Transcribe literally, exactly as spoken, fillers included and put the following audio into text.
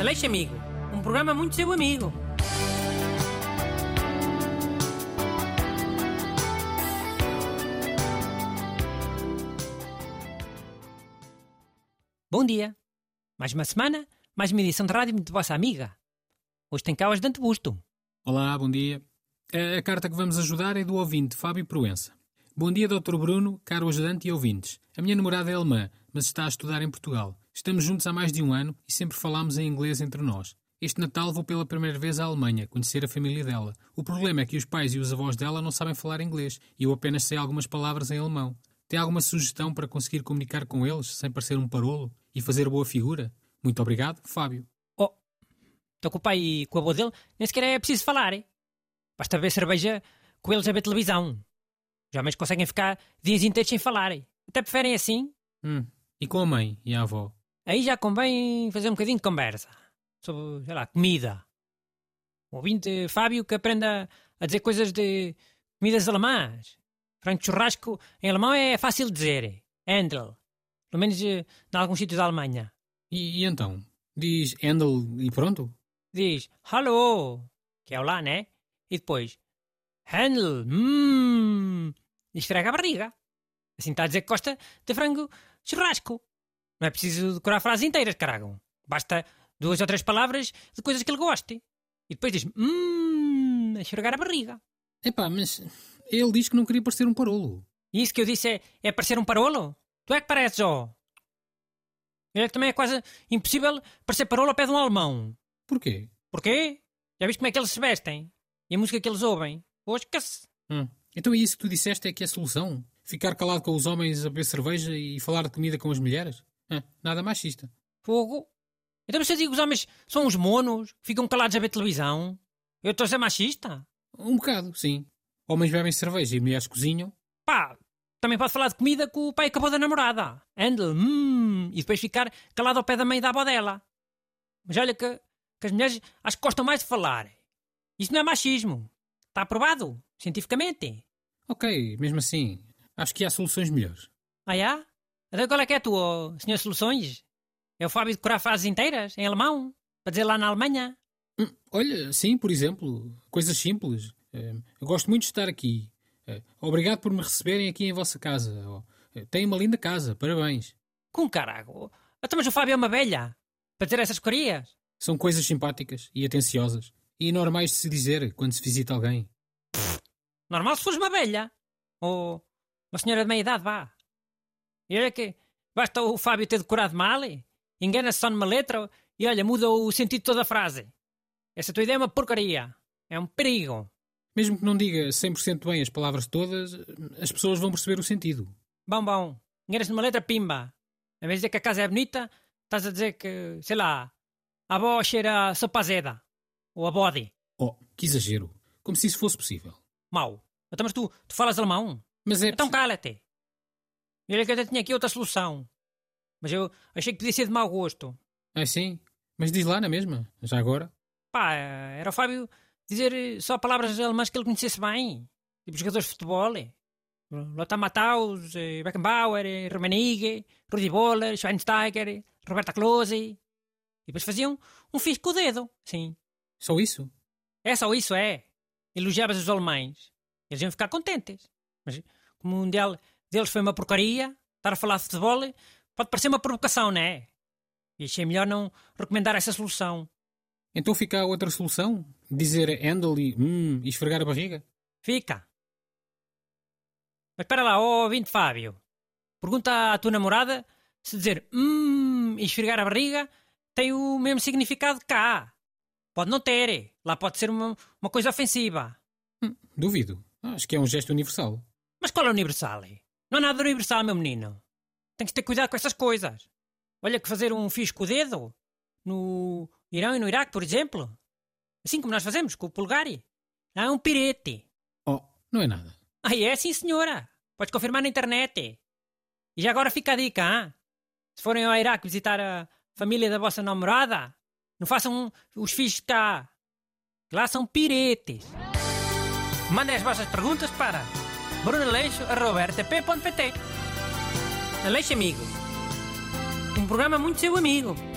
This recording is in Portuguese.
Aleixo Amigo, um programa muito seu amigo. Bom dia. Mais uma semana, mais uma edição de rádio muito vossa amiga. Hoje tem cá o ajudante Busto. Olá, bom dia. A carta que vamos ajudar é do ouvinte Fábio Proença. Bom dia, doutor Bruno, caro ajudante e ouvintes. A minha namorada é alemã, mas está a estudar em Portugal. Estamos juntos há mais de um ano e sempre falamos em inglês entre nós. Este Natal vou pela primeira vez à Alemanha, conhecer a família dela. O problema é que os pais e os avós dela não sabem falar inglês e eu apenas sei algumas palavras em alemão. Tem alguma sugestão para conseguir comunicar com eles sem parecer um parolo e fazer boa figura? Muito obrigado, Fábio. Oh, estou com o pai e com o avô dele, nem sequer é preciso falar. Hein? Basta beber cerveja com eles a ver televisão. Os homens conseguem ficar dias inteiros sem falar. Hein? Até preferem assim. Hum. E com a mãe e a avó? Aí já convém fazer um bocadinho de conversa. Sobre, sei lá, comida. O ouvinte Fábio que aprenda a dizer coisas de comidas alemãs. Frango de churrasco em alemão é fácil de dizer. Handel. Pelo menos em alguns sítios da Alemanha. E, e então? Diz Handel e pronto? Diz Hallo, que é olá, né? E depois Handel, hum, e esfrega a barriga. Assim está a dizer que gosta de frango de churrasco. Não é preciso decorar frases inteiras, carago. Basta duas ou três palavras de coisas que ele goste. E depois diz hum, a esfregar a barriga. Epá, mas ele diz que não queria parecer um parolo. E isso que eu disse é, é parecer um parolo? Tu é que pareces, ó. Ele também é quase impossível parecer parolo ao pé de um alemão. Porquê? Porquê? Já viste como é que eles se vestem? E a música que eles ouvem? Osca-se. Hum. Então é isso que tu disseste é que é a solução? Ficar calado com os homens a beber cerveja e falar de comida com as mulheres? Ah, nada machista. Fogo. Então se eu digo que os homens são uns monos, que ficam calados a ver televisão, eu estou a ser machista? Um bocado, sim. Homens bebem cerveja e mulheres cozinham. Pá, também pode falar de comida que o pai acabou da namorada. Handel, hum, e depois ficar calado ao pé da mãe e da avó dela. Mas olha que, que as mulheres acho que gostam mais de falar. Isso não é machismo. Está aprovado, cientificamente. Ok, mesmo assim, acho que há soluções melhores. Ah, já? Então qual é que é a tua, senhor Soluções? É o Fábio decorar frases inteiras, em alemão, para dizer lá na Alemanha? Hum, olha, sim, por exemplo, coisas simples. Uh, eu gosto muito de estar aqui. Uh, obrigado por me receberem aqui em vossa casa. Uh, tem uma linda casa, parabéns. Com carago. Então, mas o Fábio é uma velha, para dizer essas corias? São coisas simpáticas e atenciosas e normais de se dizer quando se visita alguém. Pff, normal se fores uma velha. Ou uma senhora de meia idade, vá. E olha que basta o Fábio ter decorado mal, engana-se só numa letra e olha, muda o sentido de toda a frase. Essa tua ideia é uma porcaria. É um perigo. Mesmo que não diga cem por cento bem as palavras todas, as pessoas vão perceber o sentido. Bom, bom. Enganas-te numa letra, pimba. Em vez de dizer que a casa é bonita, estás a dizer que, sei lá, a avó cheira a sopa azeda. Ou a bode. Oh, que exagero. Como se isso fosse possível. Mau. Então, mas tu, tu falas alemão? Mas é... Então cala-te. E olha que eu até tinha aqui outra solução. Mas eu achei que podia ser de mau gosto. Ah, sim? Mas diz lá na mesma, já agora. Pá, era o Fábio dizer só palavras alemãs que ele conhecesse bem. Tipo jogadores de futebol. Lothar Matthaus, Beckenbauer, Rummenigge, Rudi Völler, Schweinsteiger, Roberta Klose. E depois faziam um fixe com o dedo. Sim. Só isso? É só isso, é. Elogiavas os alemães. Eles iam ficar contentes. Mas como um del, deles foi uma porcaria, estar a falar de futebol pode parecer uma provocação, não é? E achei melhor não recomendar essa solução. Então fica a outra solução? Dizer Handel e hum e esfregar a barriga? Fica. Mas espera lá, ó ouvinte Fábio. Pergunta à tua namorada se dizer hum e esfregar a barriga tem o mesmo significado cá. Pode não ter. Lá pode ser uma, uma coisa ofensiva. Hum, duvido. Acho que é um gesto universal. Mas qual é o universal? Não há nada universal, meu menino. Tem que ter cuidado com essas coisas. Olha que fazer um fixe com o dedo no Irão e no Iraque, por exemplo. Assim como nós fazemos com o polegar. Lá é um pirete. Oh, não é nada. Ah, é sim, senhora. Podes confirmar na internet. E já agora fica a dica, hein? Se forem ao Iraque visitar a família da vossa namorada, não façam os fixes cá. Lá são piretes. Mandem as vossas perguntas para bruno aleixo arroba r t p ponto p t. Aleixo Amigo. Um programa muito seu amigo.